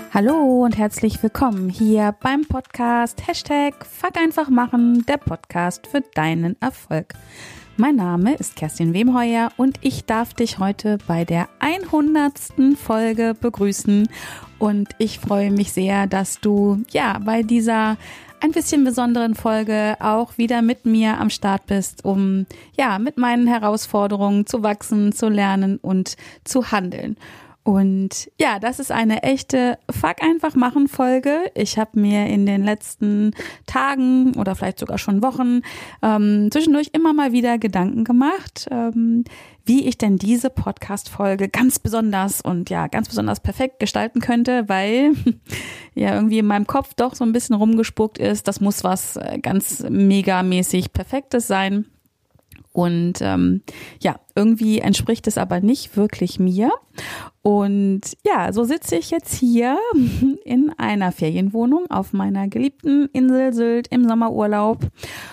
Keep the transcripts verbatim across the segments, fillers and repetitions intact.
Hallo und herzlich willkommen hier beim Podcast Hashtag Fuck einfach machen, der Podcast für deinen Erfolg. Mein Name ist Kerstin Wemheuer und ich darf dich heute bei der hundertsten Folge begrüßen und ich freue mich sehr, dass du ja bei dieser ein bisschen besonderen Folge auch wieder mit mir am Start bist, um ja mit meinen Herausforderungen zu wachsen, zu lernen und zu handeln. Und ja, das ist eine echte Fuck einfach machen Folge. Ich habe mir in den letzten Tagen oder vielleicht sogar schon Wochen ähm, zwischendurch immer mal wieder Gedanken gemacht, ähm, wie ich denn diese Podcast-Folge ganz besonders und ja, ganz besonders perfekt gestalten könnte, weil ja irgendwie in meinem Kopf doch so ein bisschen rumgespuckt ist, das muss was ganz megamäßig Perfektes sein. Und ähm, ja, irgendwie entspricht es aber nicht wirklich mir. Und ja, so sitze ich jetzt hier in einer Ferienwohnung auf meiner geliebten Insel Sylt im Sommerurlaub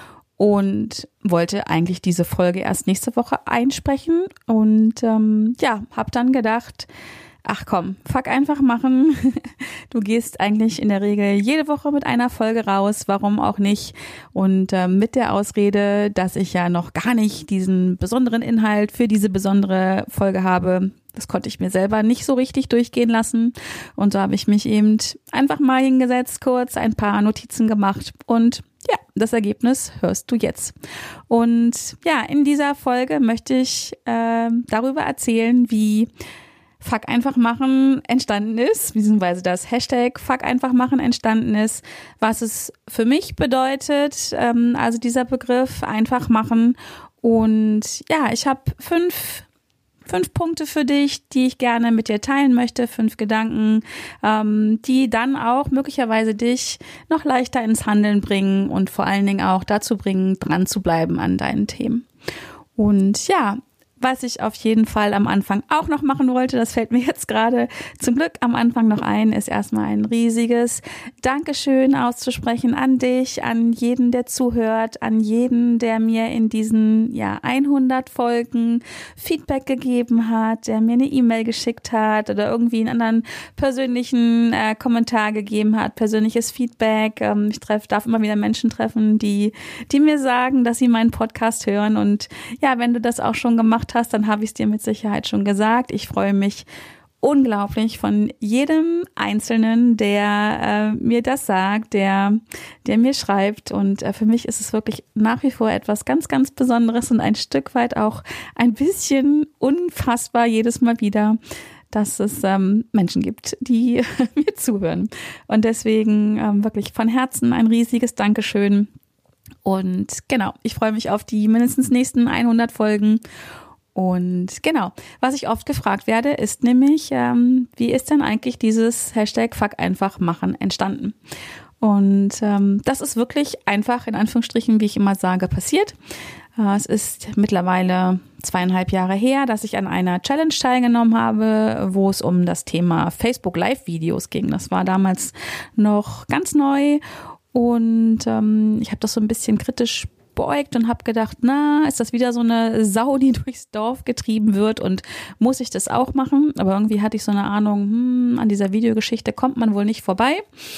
und wollte eigentlich diese Folge erst nächste Woche einsprechen. Und ähm, ja, habe dann gedacht, ach komm, fuck einfach machen. Du gehst eigentlich in der Regel jede Woche mit einer Folge raus, warum auch nicht? Und äh, mit der Ausrede, dass ich ja noch gar nicht diesen besonderen Inhalt für diese besondere Folge habe. Das konnte ich mir selber nicht so richtig durchgehen lassen. Und so habe ich mich eben einfach mal hingesetzt, kurz ein paar Notizen gemacht und ja, das Ergebnis hörst du jetzt. Und ja, in dieser Folge möchte ich äh, darüber erzählen, wie Fuck einfach machen entstanden ist, beziehungsweise das Hashtag Fuck einfach machen entstanden ist, was es für mich bedeutet, ähm, also dieser Begriff einfach machen. Und ja, ich habe fünf Fünf Punkte für dich, die ich gerne mit dir teilen möchte, fünf Gedanken, ähm, die dann auch möglicherweise dich noch leichter ins Handeln bringen und vor allen Dingen auch dazu bringen, dran zu bleiben an deinen Themen. Und ja, was ich auf jeden Fall am Anfang auch noch machen wollte, das fällt mir jetzt gerade zum Glück am Anfang noch ein, ist erstmal ein riesiges Dankeschön auszusprechen an dich, an jeden, der zuhört, an jeden, der mir in diesen ja hundert Folgen Feedback gegeben hat, der mir eine E-Mail geschickt hat oder irgendwie einen anderen persönlichen äh, Kommentar gegeben hat, persönliches Feedback. Ähm, ich treff, darf immer wieder Menschen treffen, die, die mir sagen, dass sie meinen Podcast hören und ja, wenn du das auch schon gemacht hast, dann habe ich es dir mit Sicherheit schon gesagt. Ich freue mich unglaublich von jedem Einzelnen, der äh, mir das sagt, der, der mir schreibt. Und äh, für mich ist es wirklich nach wie vor etwas ganz, ganz Besonderes und ein Stück weit auch ein bisschen unfassbar jedes Mal wieder, dass es ähm, Menschen gibt, die mir zuhören. Und deswegen ähm, wirklich von Herzen ein riesiges Dankeschön. Und genau, ich freue mich auf die mindestens nächsten hundert Folgen. Und genau, was ich oft gefragt werde, ist nämlich, ähm, wie ist denn eigentlich dieses Hashtag Fuck einfach machen entstanden? Und ähm, das ist wirklich einfach, in Anführungsstrichen, wie ich immer sage, passiert. Äh, es ist mittlerweile zweieinhalb Jahre her, dass ich an einer Challenge teilgenommen habe, wo es um das Thema Facebook Live-Videos ging. Das war damals noch ganz neu und ähm, ich habe das so ein bisschen kritisch beäugt und habe gedacht, na, ist das wieder so eine Sau, die durchs Dorf getrieben wird und muss ich das auch machen? Aber irgendwie hatte ich so eine Ahnung, hm, an dieser Videogeschichte kommt man wohl nicht vorbei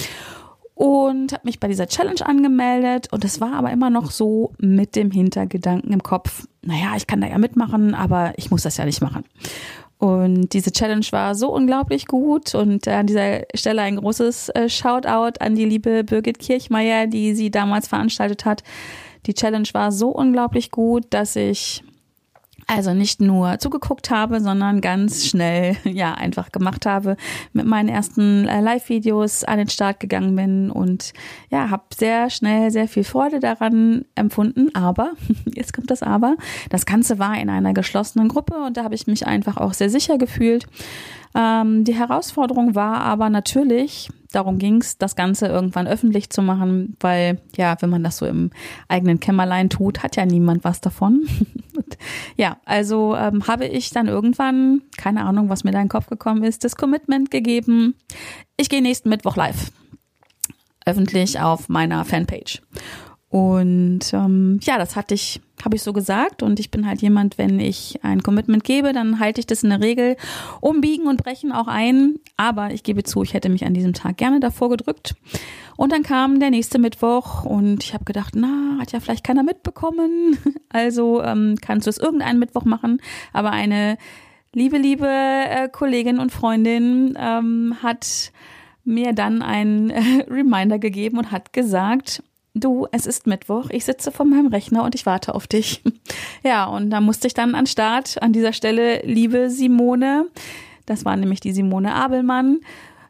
und habe mich bei dieser Challenge angemeldet und es war aber immer noch so mit dem Hintergedanken im Kopf, naja, ich kann da ja mitmachen, aber ich muss das ja nicht machen. Und diese Challenge war so unglaublich gut und an dieser Stelle ein großes Shoutout an die liebe Birgit Kirchmeier, die sie damals veranstaltet hat. Die Challenge war so unglaublich gut, dass ich also nicht nur zugeguckt habe, sondern ganz schnell ja einfach gemacht habe, mit meinen ersten Live-Videos an den Start gegangen bin und ja, habe sehr schnell sehr viel Freude daran empfunden. Aber, jetzt kommt das Aber, das Ganze war in einer geschlossenen Gruppe und da habe ich mich einfach auch sehr sicher gefühlt. Ähm, die Herausforderung war aber natürlich, darum ging es, das Ganze irgendwann öffentlich zu machen, weil ja, wenn man das so im eigenen Kämmerlein tut, hat ja niemand was davon. Und, ja, also ähm, habe ich dann irgendwann, keine Ahnung, was mir da in den Kopf gekommen ist, das Commitment gegeben, ich gehe nächsten Mittwoch live, öffentlich auf meiner Fanpage. Und ähm, ja, das hatte ich habe ich so gesagt. Und ich bin halt jemand, wenn ich ein Commitment gebe, dann halte ich das in der Regel um Biegen und Brechen auch ein. Aber ich gebe zu, ich hätte mich an diesem Tag gerne davor gedrückt. Und dann kam der nächste Mittwoch und ich habe gedacht, na, hat ja vielleicht keiner mitbekommen. Also ähm, kannst du es irgendeinen Mittwoch machen. Aber eine liebe, liebe äh, Kollegin und Freundin ähm, hat mir dann einen äh, Reminder gegeben und hat gesagt, du, es ist Mittwoch, ich sitze vor meinem Rechner und ich warte auf dich. Ja, und da musste ich dann an Start. An dieser Stelle, liebe Simone, das war nämlich die Simone Abelmann,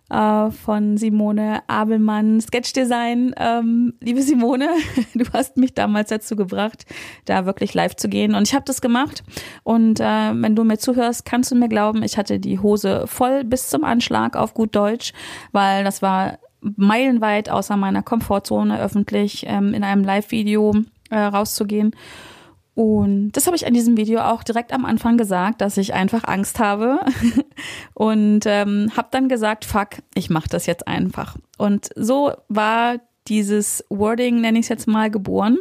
von Simone Abelmann Sketchdesign. Ähm, liebe Simone, du hast mich damals dazu gebracht, da wirklich live zu gehen und ich habe das gemacht und äh, wenn du mir zuhörst, kannst du mir glauben, ich hatte die Hose voll bis zum Anschlag auf gut Deutsch, weil das war meilenweit außer meiner Komfortzone öffentlich ähm, in einem Live-Video äh, rauszugehen. Und das habe ich an diesem Video auch direkt am Anfang gesagt, dass ich einfach Angst habe und ähm, habe dann gesagt, fuck, ich mache das jetzt einfach. Und so war dieses Wording, nenne ich es jetzt mal, geboren.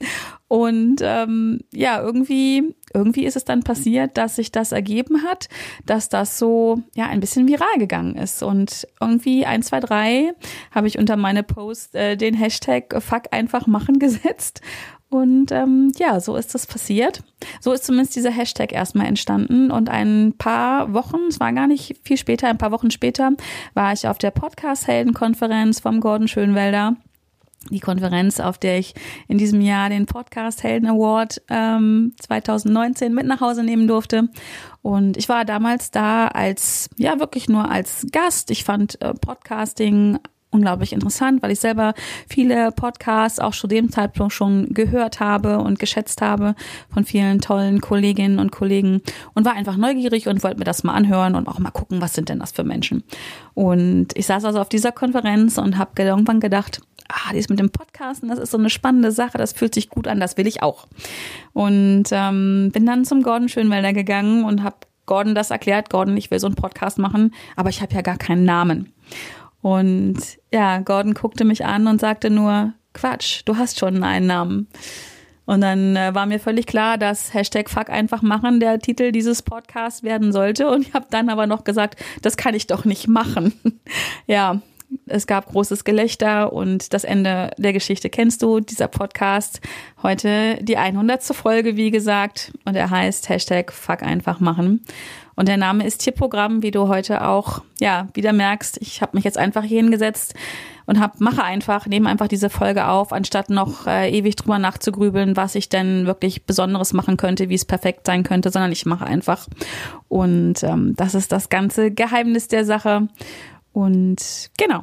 Und ähm, ja, irgendwie, irgendwie ist es dann passiert, dass sich das ergeben hat, dass das so ja ein bisschen viral gegangen ist. Und irgendwie eins, zwei, drei habe ich unter meine Post äh, den Hashtag Fuck einfach machen gesetzt. Und ähm, ja, so ist das passiert. So ist zumindest dieser Hashtag erstmal entstanden. Und ein paar Wochen, es war gar nicht viel später, ein paar Wochen später, war ich auf der Podcast-Helden-Konferenz vom Gordon Schönwelder. Die Konferenz, auf der ich in diesem Jahr den Podcast-Helden Award ähm, zwanzig neunzehn mit nach Hause nehmen durfte. Und ich war damals da als, ja wirklich nur als Gast. Ich fand äh, Podcasting unglaublich interessant, weil ich selber viele Podcasts auch zu dem Zeitpunkt schon gehört habe und geschätzt habe von vielen tollen Kolleginnen und Kollegen und war einfach neugierig und wollte mir das mal anhören und auch mal gucken, was sind denn das für Menschen. Und ich saß also auf dieser Konferenz und habe irgendwann gedacht, ah, dies mit dem Podcasten, das ist so eine spannende Sache, das fühlt sich gut an, das will ich auch. Und ähm, bin dann zum Gordon Schönwelder gegangen und habe Gordon das erklärt, Gordon, ich will so einen Podcast machen, aber ich habe ja gar keinen Namen. Und ja, Gordon guckte mich an und sagte nur, Quatsch, du hast schon einen Namen. Und dann äh, war mir völlig klar, dass Hashtag Fuck einfach machen der Titel dieses Podcasts werden sollte. Und ich habe dann aber noch gesagt, das kann ich doch nicht machen. Ja, es gab großes Gelächter und das Ende der Geschichte kennst du. Dieser Podcast, heute die hundertste Folge, wie gesagt. Und er heißt Hashtag Fuck einfach machen. Und der Name ist hier Programm, wie du heute auch ja wieder merkst. Ich habe mich jetzt einfach hier hingesetzt und hab, mache einfach, nehme einfach diese Folge auf, anstatt noch äh, ewig drüber nachzugrübeln, was ich denn wirklich Besonderes machen könnte, wie es perfekt sein könnte, sondern ich mache einfach. Und ähm, das ist das ganze Geheimnis der Sache. Und genau.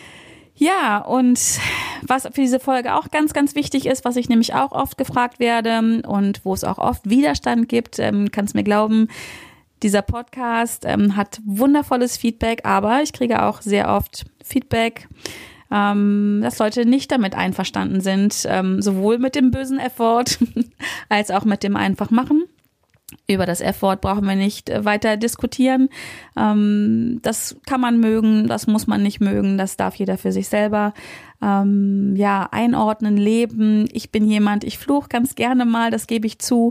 Ja, und was für diese Folge auch ganz, ganz wichtig ist, was ich nämlich auch oft gefragt werde und wo es auch oft Widerstand gibt, ähm, kannst mir glauben, dieser Podcast ähm, hat wundervolles Feedback, aber ich kriege auch sehr oft Feedback, ähm, dass Leute nicht damit einverstanden sind, ähm, sowohl mit dem bösen F-Wort als auch mit dem Einfachmachen. Über das F-Wort brauchen wir nicht weiter diskutieren. Ähm, das kann man mögen, das muss man nicht mögen, das darf jeder für sich selber ähm, ja einordnen, leben. Ich bin jemand, ich fluche ganz gerne mal, das gebe ich zu.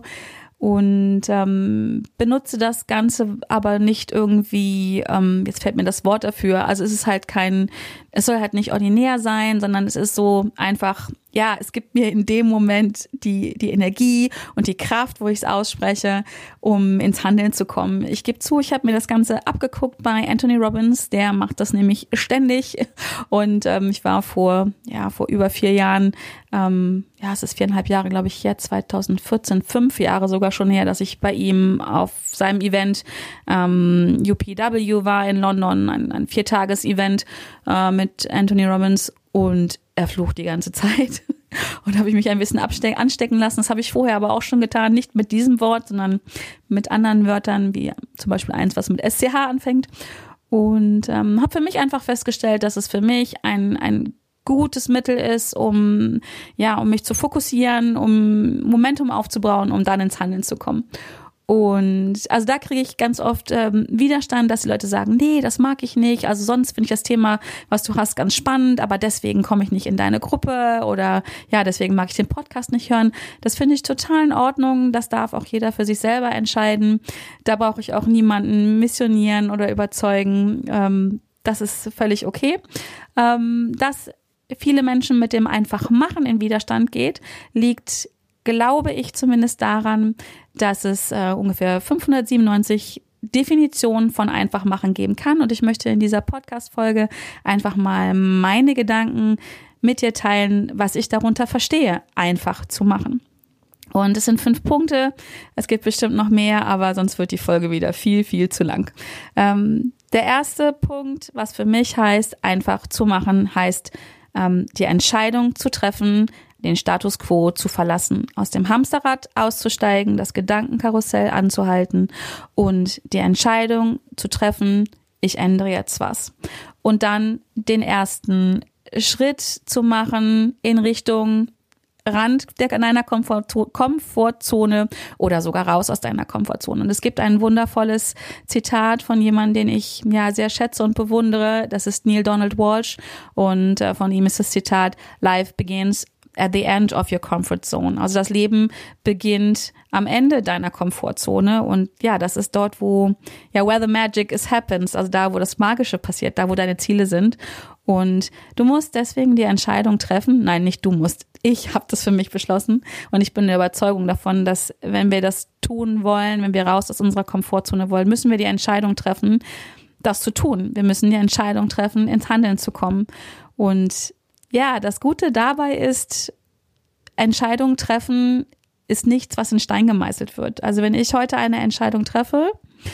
Und ähm, benutze das Ganze aber nicht irgendwie, ähm, jetzt fällt mir das Wort dafür, also es ist halt kein, es soll halt nicht ordinär sein, sondern es ist so einfach, ja, es gibt mir in dem Moment die die Energie und die Kraft, wo ich es ausspreche, um ins Handeln zu kommen. Ich gebe zu, ich habe mir das Ganze abgeguckt bei Anthony Robbins, der macht das nämlich ständig und ähm, ich war vor, ja, vor über vier Jahren, ähm, ja, es ist viereinhalb Jahre, glaube ich, jetzt zwanzig vierzehn, fünf Jahre sogar schon her, dass ich bei ihm auf seinem Event ähm, U P W war in London, ein, ein Viertages-Event äh, mit Anthony Robbins und er flucht die ganze Zeit und habe ich mich ein bisschen abste- anstecken lassen. Das habe ich vorher aber auch schon getan, nicht mit diesem Wort, sondern mit anderen Wörtern, wie zum Beispiel eins, was mit S C H anfängt. Und ähm, habe für mich einfach festgestellt, dass es für mich ein ein gutes Mittel ist, um ja, um mich zu fokussieren, um Momentum aufzubauen, um dann ins Handeln zu kommen. Und also da kriege ich ganz oft ähm, Widerstand, dass die Leute sagen, nee, das mag ich nicht. Also sonst finde ich das Thema, was du hast, ganz spannend, aber deswegen komme ich nicht in deine Gruppe oder ja, deswegen mag ich den Podcast nicht hören. Das finde ich total in Ordnung. Das darf auch jeder für sich selber entscheiden. Da brauche ich auch niemanden missionieren oder überzeugen. Ähm, das ist völlig okay. Ähm, dass viele Menschen mit dem Einfachmachen in Widerstand geht, liegt, glaube ich zumindest daran, dass es äh, ungefähr fünfhundertsiebenundneunzig Definitionen von Einfachmachen geben kann. Und ich möchte in dieser Podcast-Folge einfach mal meine Gedanken mit dir teilen, was ich darunter verstehe, einfach zu machen. Und es sind fünf Punkte. Es gibt bestimmt noch mehr, aber sonst wird die Folge wieder viel, viel zu lang. Ähm, der erste Punkt, was für mich heißt, einfach zu machen, heißt, ähm, die Entscheidung zu treffen, den Status quo zu verlassen, aus dem Hamsterrad auszusteigen, das Gedankenkarussell anzuhalten und die Entscheidung zu treffen, ich ändere jetzt was. Und dann den ersten Schritt zu machen in Richtung Rand deiner Komfortzone oder sogar raus aus deiner Komfortzone. Und es gibt ein wundervolles Zitat von jemandem, den ich ja sehr schätze und bewundere. Das ist Neil Donald Walsh und äh, von ihm ist das Zitat: Life begins at the end of your comfort zone. Also das Leben beginnt am Ende deiner Komfortzone und ja, das ist dort, wo, ja, where the magic is happens, also da, wo das Magische passiert, da, wo deine Ziele sind. Und du musst deswegen die Entscheidung treffen, nein, nicht du musst, ich habe das für mich beschlossen und ich bin der Überzeugung davon, dass wenn wir das tun wollen, wenn wir raus aus unserer Komfortzone wollen, müssen wir die Entscheidung treffen, das zu tun. Wir müssen die Entscheidung treffen, ins Handeln zu kommen. Und ja, das Gute dabei ist, Entscheidungen treffen ist nichts, was in Stein gemeißelt wird. Also wenn ich heute eine Entscheidung treffe,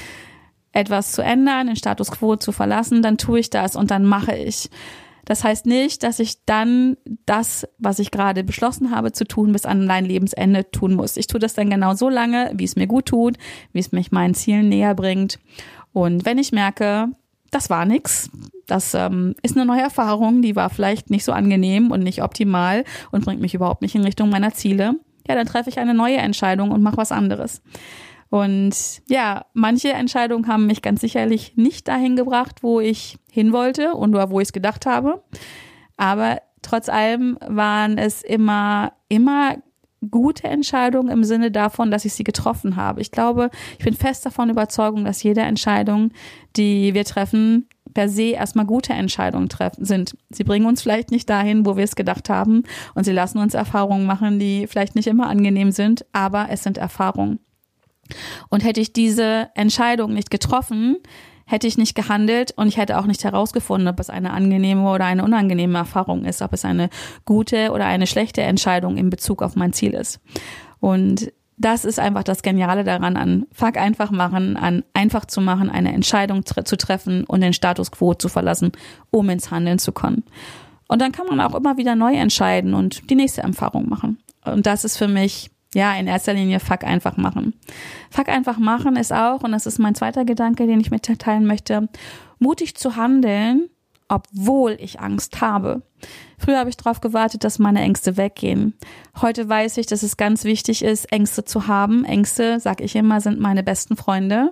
etwas zu ändern, den Status quo zu verlassen, dann tue ich das und dann mache ich. Das heißt nicht, dass ich dann das, was ich gerade beschlossen habe zu tun, bis an mein Lebensende tun muss. Ich tue das dann genau so lange, wie es mir gut tut, wie es mich meinen Zielen näher bringt. Und wenn ich merke, das war nix, das ähm, ist eine neue Erfahrung, die war vielleicht nicht so angenehm und nicht optimal und bringt mich überhaupt nicht in Richtung meiner Ziele, ja, dann treffe ich eine neue Entscheidung und mache was anderes. Und ja, manche Entscheidungen haben mich ganz sicherlich nicht dahin gebracht, wo ich hin wollte und wo ich es gedacht habe. Aber trotz allem waren es immer, immer gute Entscheidungen im Sinne davon, dass ich sie getroffen habe. Ich glaube, ich bin fest davon überzeugt, dass jede Entscheidung, die wir treffen, per se erstmal gute Entscheidungen treffen sind. Sie bringen uns vielleicht nicht dahin, wo wir es gedacht haben, und sie lassen uns Erfahrungen machen, die vielleicht nicht immer angenehm sind, aber es sind Erfahrungen. Und hätte ich diese Entscheidung nicht getroffen, hätte ich nicht gehandelt und ich hätte auch nicht herausgefunden, ob es eine angenehme oder eine unangenehme Erfahrung ist, ob es eine gute oder eine schlechte Entscheidung in Bezug auf mein Ziel ist. Und das ist einfach das Geniale daran, an Fuck einfach machen, an einfach zu machen, eine Entscheidung tre- zu treffen und den Status quo zu verlassen, um ins Handeln zu kommen. Und dann kann man auch immer wieder neu entscheiden und die nächste Erfahrung machen. Und das ist für mich ja, in erster Linie Fuck einfach machen. Fuck einfach machen ist auch, und das ist mein zweiter Gedanke, den ich mit dir teilen möchte, mutig zu handeln, obwohl ich Angst habe. Früher habe ich darauf gewartet, dass meine Ängste weggehen. Heute weiß ich, dass es ganz wichtig ist, Ängste zu haben. Ängste, sag ich immer, sind meine besten Freunde.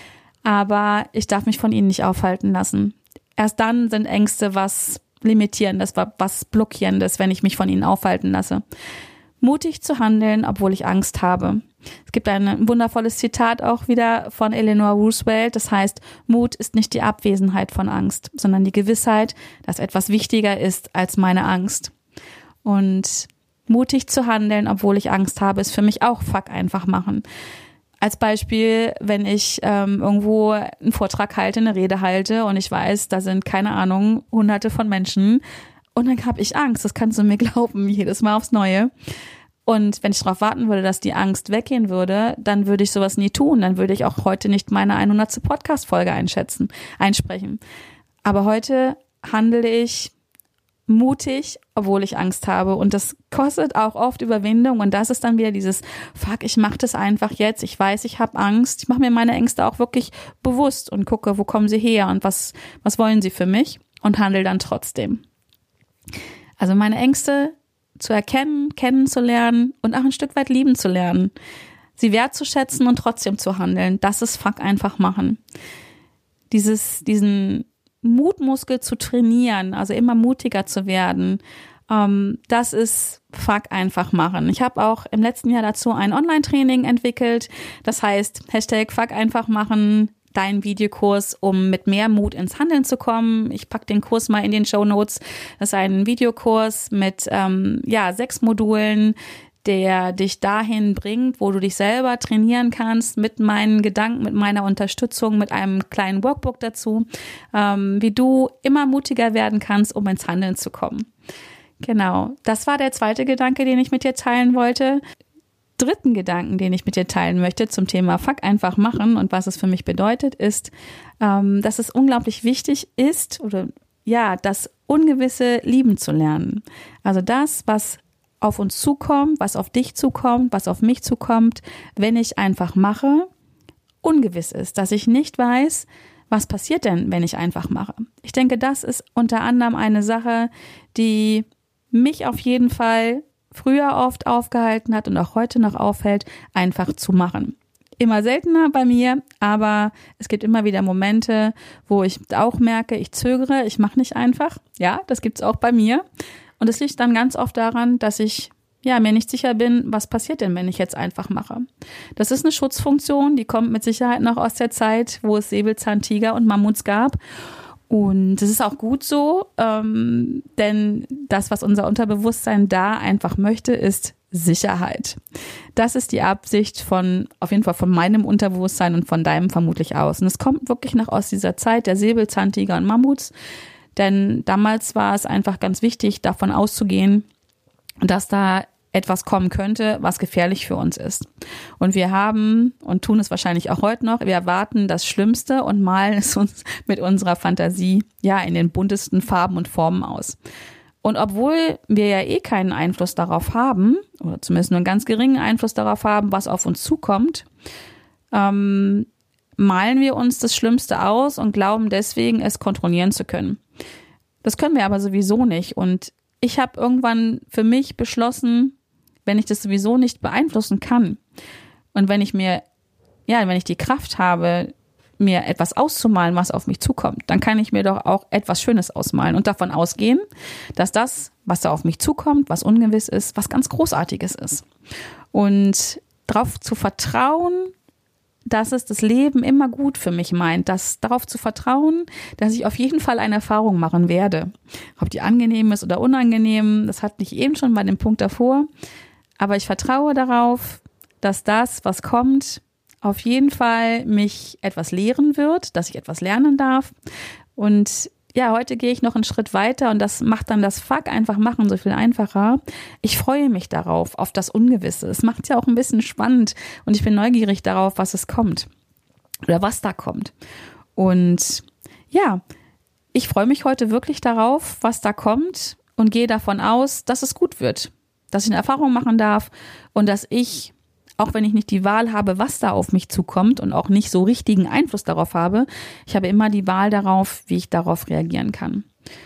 Aber ich darf mich von ihnen nicht aufhalten lassen. Erst dann sind Ängste was Limitierendes, was Blockierendes, wenn ich mich von ihnen aufhalten lasse. Mutig zu handeln, obwohl ich Angst habe. Es gibt ein wundervolles Zitat auch wieder von Eleanor Roosevelt, das heißt, Mut ist nicht die Abwesenheit von Angst, sondern die Gewissheit, dass etwas wichtiger ist als meine Angst. Und mutig zu handeln, obwohl ich Angst habe, ist für mich auch Fuck einfach machen. Als Beispiel, wenn ich ähm, irgendwo einen Vortrag halte, eine Rede halte und ich weiß, da sind, keine Ahnung, hunderte von Menschen, und dann habe ich Angst, das kannst du mir glauben, jedes Mal aufs Neue. Und wenn ich darauf warten würde, dass die Angst weggehen würde, dann würde ich sowas nie tun. Dann würde ich auch heute nicht meine hundertste Podcast-Folge einschätzen, einsprechen. Aber heute handle ich mutig, obwohl ich Angst habe. Und das kostet auch oft Überwindung. Und das ist dann wieder dieses, fuck, ich mache das einfach jetzt. Ich weiß, ich habe Angst. Ich mache mir meine Ängste auch wirklich bewusst und gucke, wo kommen sie her und was, was wollen sie für mich, und handle dann trotzdem. Also meine Ängste zu erkennen, kennenzulernen und auch ein Stück weit lieben zu lernen. sie wertzuschätzen und trotzdem zu handeln. Das ist Fuck einfach machen. Dieses, diesen Mutmuskel zu trainieren, also immer mutiger zu werden, ähm, das ist Fuck einfach machen. Ich habe auch im letzten Jahr dazu ein Online-Training entwickelt. Das heißt, Hashtag Fuck einfach machen, dein Videokurs, um mit mehr Mut ins Handeln zu kommen. Ich packe den Kurs mal in den Shownotes. Das ist ein Videokurs mit ähm, ja sechs Modulen, der dich dahin bringt, wo du dich selber trainieren kannst mit meinen Gedanken, mit meiner Unterstützung, mit einem kleinen Workbook dazu, ähm, wie du immer mutiger werden kannst, um ins Handeln zu kommen. Genau, das war der zweite Gedanke, den ich mit dir teilen wollte. Dritten Gedanken, den ich mit dir teilen möchte zum Thema Fuck einfach machen und was es für mich bedeutet, ist, ähm, dass es unglaublich wichtig ist, oder ja, das Ungewisse lieben zu lernen. Also das, was auf uns zukommt, was auf dich zukommt, was auf mich zukommt, wenn ich einfach mache, ungewiss ist, dass ich nicht weiß, was passiert denn, wenn ich einfach mache. Ich denke, das ist unter anderem eine Sache, die mich auf jeden Fall früher oft aufgehalten hat und auch heute noch aufhält, einfach zu machen. Immer seltener bei mir, aber es gibt immer wieder Momente, wo ich auch merke, ich zögere, ich mache nicht einfach. Ja, das gibt's auch bei mir. Und es liegt dann ganz oft daran, dass ich ja mir nicht sicher bin, was passiert denn, wenn ich jetzt einfach mache. Das ist eine Schutzfunktion, die kommt mit Sicherheit noch aus der Zeit, wo es Säbelzahntiger und Mammuts gab. Und das ist auch gut so, ähm, denn das, was unser Unterbewusstsein da einfach möchte, ist Sicherheit. Das ist die Absicht von, auf jeden Fall von meinem Unterbewusstsein und von deinem vermutlich aus. Und es kommt wirklich noch aus dieser Zeit der Säbelzahntiger und Mammuts. Denn damals war es einfach ganz wichtig, davon auszugehen, dass da etwas kommen könnte, was gefährlich für uns ist. Und wir haben und tun es wahrscheinlich auch heute noch, wir erwarten das Schlimmste und malen es uns mit unserer Fantasie ja in den buntesten Farben und Formen aus. Und obwohl wir ja eh keinen Einfluss darauf haben, oder zumindest nur einen ganz geringen Einfluss darauf haben, was auf uns zukommt, ähm, malen wir uns das Schlimmste aus und glauben deswegen, es kontrollieren zu können. Das können wir aber sowieso nicht. Und ich habe irgendwann für mich beschlossen, wenn ich das sowieso nicht beeinflussen kann und wenn ich mir, ja, wenn ich die Kraft habe, mir etwas auszumalen, was auf mich zukommt, dann kann ich mir doch auch etwas Schönes ausmalen und davon ausgehen, dass das, was da auf mich zukommt, was ungewiss ist, was ganz Großartiges ist. Und darauf zu vertrauen, dass es das Leben immer gut für mich meint, dass darauf zu vertrauen, dass ich auf jeden Fall eine Erfahrung machen werde. Ob die angenehm ist oder unangenehm, das hatte ich eben schon bei dem Punkt davor. Aber ich vertraue darauf, dass das, was kommt, auf jeden Fall mich etwas lehren wird, dass ich etwas lernen darf. Und ja, heute gehe ich noch einen Schritt weiter und das macht dann das Fuck einfach machen so viel einfacher. Ich freue mich darauf, auf das Ungewisse. Es macht es ja auch ein bisschen spannend und ich bin neugierig darauf, was es kommt oder was da kommt. Und ja, ich freue mich heute wirklich darauf, was da kommt und gehe davon aus, dass es gut wird, dass ich eine Erfahrung machen darf und dass ich, auch wenn ich nicht die Wahl habe, was da auf mich zukommt und auch nicht so richtigen Einfluss darauf habe, ich habe immer die Wahl darauf, wie ich darauf reagieren kann.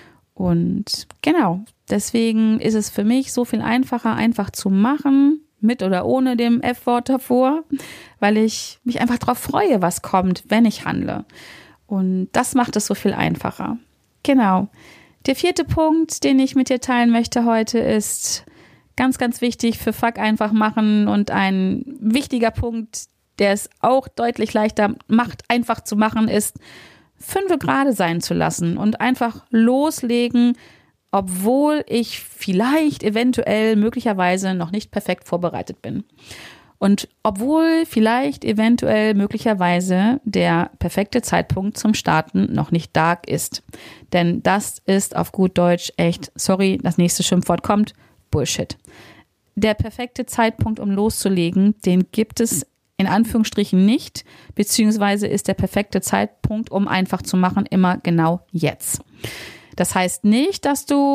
Und genau, deswegen ist es für mich so viel einfacher, einfach zu machen, mit oder ohne dem F-Wort davor, weil ich mich einfach darauf freue, was kommt, wenn ich handle. Und das macht es so viel einfacher. Genau. Der vierte Punkt, den ich mit dir teilen möchte heute, ist ganz, ganz wichtig für Fuck einfach machen und ein wichtiger Punkt, der es auch deutlich leichter macht, einfach zu machen, ist, fünfe gerade sein zu lassen und einfach loslegen, obwohl ich vielleicht, eventuell, möglicherweise noch nicht perfekt vorbereitet bin. Und obwohl vielleicht, eventuell, möglicherweise der perfekte Zeitpunkt zum Starten noch nicht da ist. Denn das ist auf gut Deutsch echt, sorry, das nächste Schimpfwort kommt, Bullshit. Der perfekte Zeitpunkt, um loszulegen, den gibt es in Anführungsstrichen nicht, beziehungsweise ist der perfekte Zeitpunkt, um einfach zu machen, immer genau jetzt. Das heißt nicht, dass du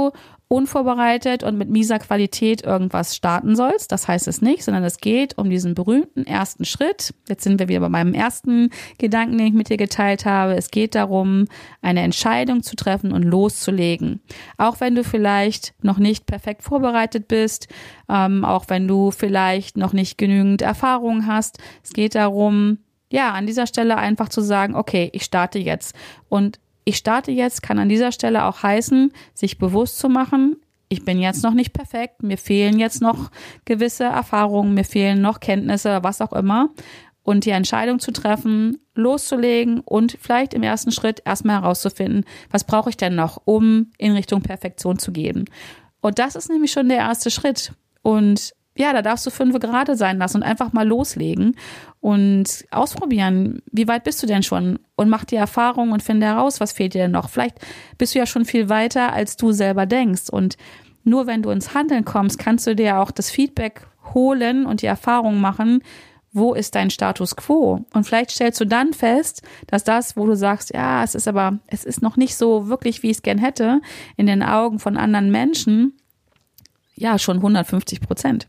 unvorbereitet und mit mieser Qualität irgendwas starten sollst. Das heißt es nicht, sondern es geht um diesen berühmten ersten Schritt. Jetzt sind wir wieder bei meinem ersten Gedanken, den ich mit dir geteilt habe. Es geht darum, eine Entscheidung zu treffen und loszulegen. Auch wenn du vielleicht noch nicht perfekt vorbereitet bist, ähm, auch wenn du vielleicht noch nicht genügend Erfahrung hast. Es geht darum, ja, an dieser Stelle einfach zu sagen, okay, ich starte jetzt. Und ich starte jetzt kann an dieser Stelle auch heißen, sich bewusst zu machen, ich bin jetzt noch nicht perfekt, mir fehlen jetzt noch gewisse Erfahrungen, mir fehlen noch Kenntnisse, was auch immer. Und die Entscheidung zu treffen, loszulegen und vielleicht im ersten Schritt erstmal herauszufinden, was brauche ich denn noch, um in Richtung Perfektion zu gehen. Und das ist nämlich schon der erste Schritt. Und ja, da darfst du fünf gerade sein lassen und einfach mal loslegen und ausprobieren. Wie weit bist du denn schon? Und mach die Erfahrung und finde heraus, was fehlt dir denn noch. Vielleicht bist du ja schon viel weiter, als du selber denkst. Und nur wenn du ins Handeln kommst, kannst du dir auch das Feedback holen und die Erfahrung machen, wo ist dein Status quo? Und vielleicht stellst du dann fest, dass das, wo du sagst, ja, es ist aber, es ist noch nicht so wirklich, wie ich es gern hätte, in den Augen von anderen Menschen, ja, schon hundertfünfzig Prozent.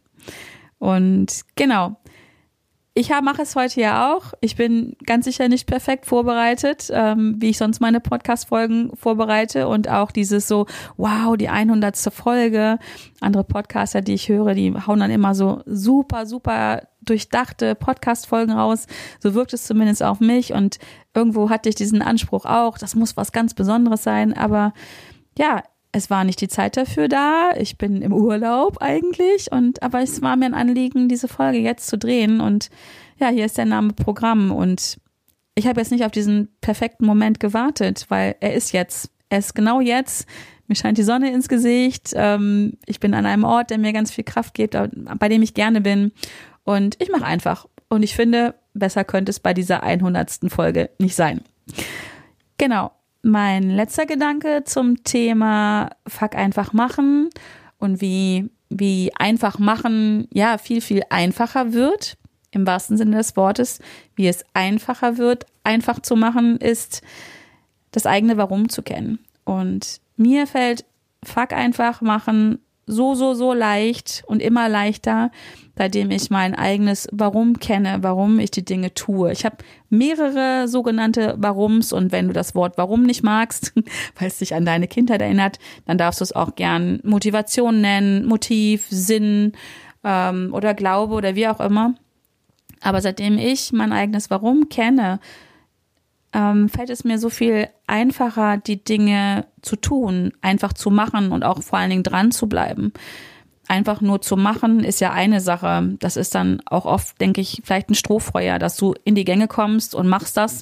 Und genau, ich mache es heute ja auch. Ich bin ganz sicher nicht perfekt vorbereitet, ähm, wie ich sonst meine Podcast-Folgen vorbereite und auch dieses so, wow, die hundertste Folge. Andere Podcaster, die ich höre, die hauen dann immer so super, super durchdachte Podcast-Folgen raus. So wirkt es zumindest auf mich und irgendwo hatte ich diesen Anspruch auch, das muss was ganz Besonderes sein, aber ja, es war nicht die Zeit dafür da. Ich bin im Urlaub eigentlich und aber es war mir ein Anliegen, diese Folge jetzt zu drehen und ja, hier ist der Name Programm und ich habe jetzt nicht auf diesen perfekten Moment gewartet, weil er ist jetzt, er ist genau jetzt. Mir scheint die Sonne ins Gesicht. Ähm, ich bin an einem Ort, der mir ganz viel Kraft gibt, bei dem ich gerne bin und ich mache einfach und ich finde, besser könnte es bei dieser hundertsten Folge nicht sein. Genau. Mein letzter Gedanke zum Thema Fuck einfach machen und wie, wie einfach machen, ja, viel, viel einfacher wird, im wahrsten Sinne des Wortes, wie es einfacher wird, einfach zu machen, ist das eigene Warum zu kennen. Und mir fällt Fuck einfach machen so, so, so leicht und immer leichter, seitdem ich mein eigenes Warum kenne, warum ich die Dinge tue. Ich habe mehrere sogenannte Warums und wenn du das Wort Warum nicht magst, weil es dich an deine Kindheit erinnert, dann darfst du es auch gern Motivation nennen, Motiv, Sinn ähm, oder Glaube oder wie auch immer. Aber seitdem ich mein eigenes Warum kenne, ähm, fällt es mir so viel einfacher, die Dinge zu tun, einfach zu machen und auch vor allen Dingen dran zu bleiben. Einfach nur zu machen ist ja eine Sache. Das ist dann auch oft, denke ich, vielleicht ein Strohfeuer, dass du in die Gänge kommst und machst das.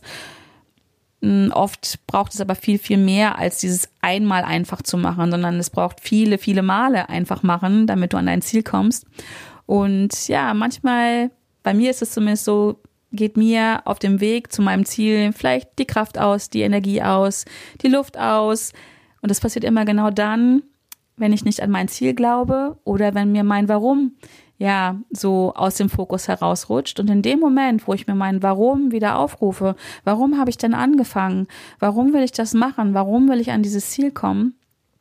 Oft braucht es aber viel, viel mehr als dieses einmal einfach zu machen, sondern es braucht viele, viele Male einfach machen, damit du an dein Ziel kommst. Und ja, manchmal, bei mir ist es zumindest so, geht mir auf dem Weg zu meinem Ziel vielleicht die Kraft aus, die Energie aus, die Luft aus. Und das passiert immer genau dann, wenn ich nicht an mein Ziel glaube oder wenn mir mein Warum ja so aus dem Fokus herausrutscht. Und in dem Moment, wo ich mir mein Warum wieder aufrufe, warum habe ich denn angefangen? Warum will ich das machen? Warum will ich an dieses Ziel kommen?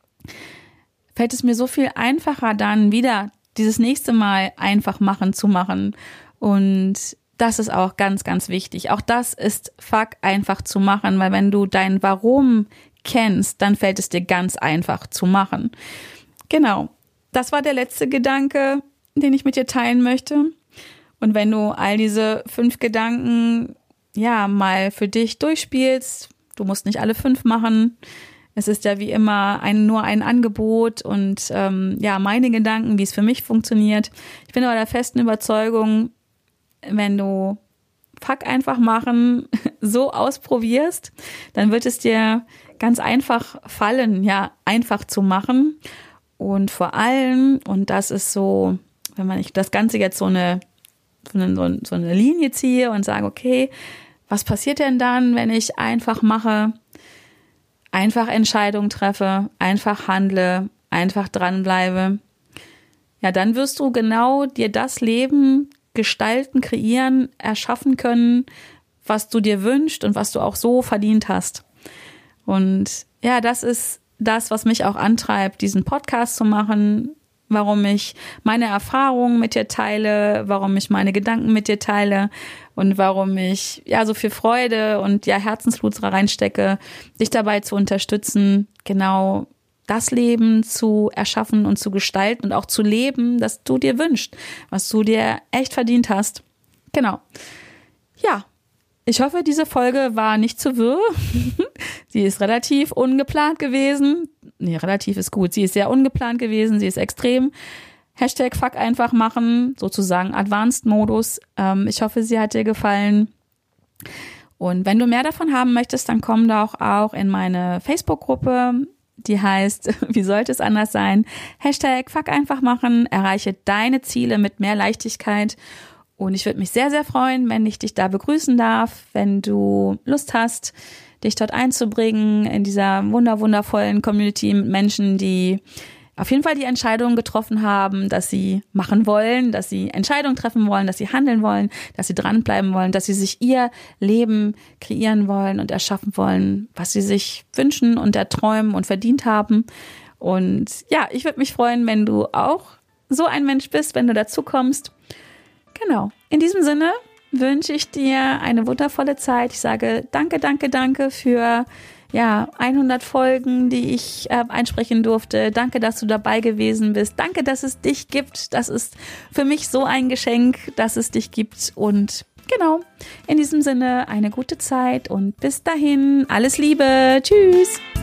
Fällt es mir so viel einfacher, dann wieder dieses nächste Mal einfach machen zu machen. Und das ist auch ganz, ganz wichtig. Auch das ist Fuck einfach zu machen, weil wenn du dein Warum kennst, dann fällt es dir ganz einfach zu machen. Genau, das war der letzte Gedanke, den ich mit dir teilen möchte. Und wenn du all diese fünf Gedanken ja mal für dich durchspielst, du musst nicht alle fünf machen. Es ist ja wie immer ein, nur ein Angebot und ähm, ja meine Gedanken, wie es für mich funktioniert. Ich bin aber der festen Überzeugung, wenn du Fuck einfach machen so ausprobierst, dann wird es dir ganz einfach fallen, ja, einfach zu machen. Und vor allem, und das ist so, wenn man ich das Ganze jetzt so eine, so eine, so eine Linie ziehe und sage, okay, was passiert denn dann, wenn ich einfach mache, einfach Entscheidungen treffe, einfach handle, einfach dranbleibe? Ja, dann wirst du genau dir das Leben gestalten, kreieren, erschaffen können, was du dir wünschst und was du auch so verdient hast. Und ja, das ist das, was mich auch antreibt, diesen Podcast zu machen, warum ich meine Erfahrungen mit dir teile, warum ich meine Gedanken mit dir teile und warum ich ja so viel Freude und ja Herzensblut reinstecke, dich dabei zu unterstützen, genau das Leben zu erschaffen und zu gestalten und auch zu leben, das du dir wünschst, was du dir echt verdient hast. Genau. Ja, ich hoffe, diese Folge war nicht zu wirr. Sie ist relativ ungeplant gewesen. Nee, relativ ist gut. Sie ist sehr ungeplant gewesen. Sie ist extrem. Hashtag Fuck einfach machen, sozusagen Advanced-Modus. Ähm, ich hoffe, sie hat dir gefallen. Und wenn du mehr davon haben möchtest, dann komm doch auch in meine Facebook-Gruppe. Die heißt, wie sollte es anders sein? Hashtag Fuck einfach machen. Erreiche deine Ziele mit mehr Leichtigkeit. Und ich würde mich sehr, sehr freuen, wenn ich dich da begrüßen darf, wenn du Lust hast, dich dort einzubringen in dieser wunder, wundervollen Community mit Menschen, die auf jeden Fall die Entscheidung getroffen haben, dass sie machen wollen, dass sie Entscheidungen treffen wollen, dass sie handeln wollen, dass sie dranbleiben wollen, dass sie sich ihr Leben kreieren wollen und erschaffen wollen, was sie sich wünschen und erträumen und verdient haben. Und ja, ich würde mich freuen, wenn du auch so ein Mensch bist, wenn du dazu kommst. Genau. In diesem Sinne wünsche ich dir eine wundervolle Zeit. Ich sage danke, danke, danke für ja hundert Folgen, die ich äh, einsprechen durfte. Danke, dass du dabei gewesen bist. Danke, dass es dich gibt. Das ist für mich so ein Geschenk, dass es dich gibt. Und genau, in diesem Sinne eine gute Zeit und bis dahin alles Liebe. Tschüss.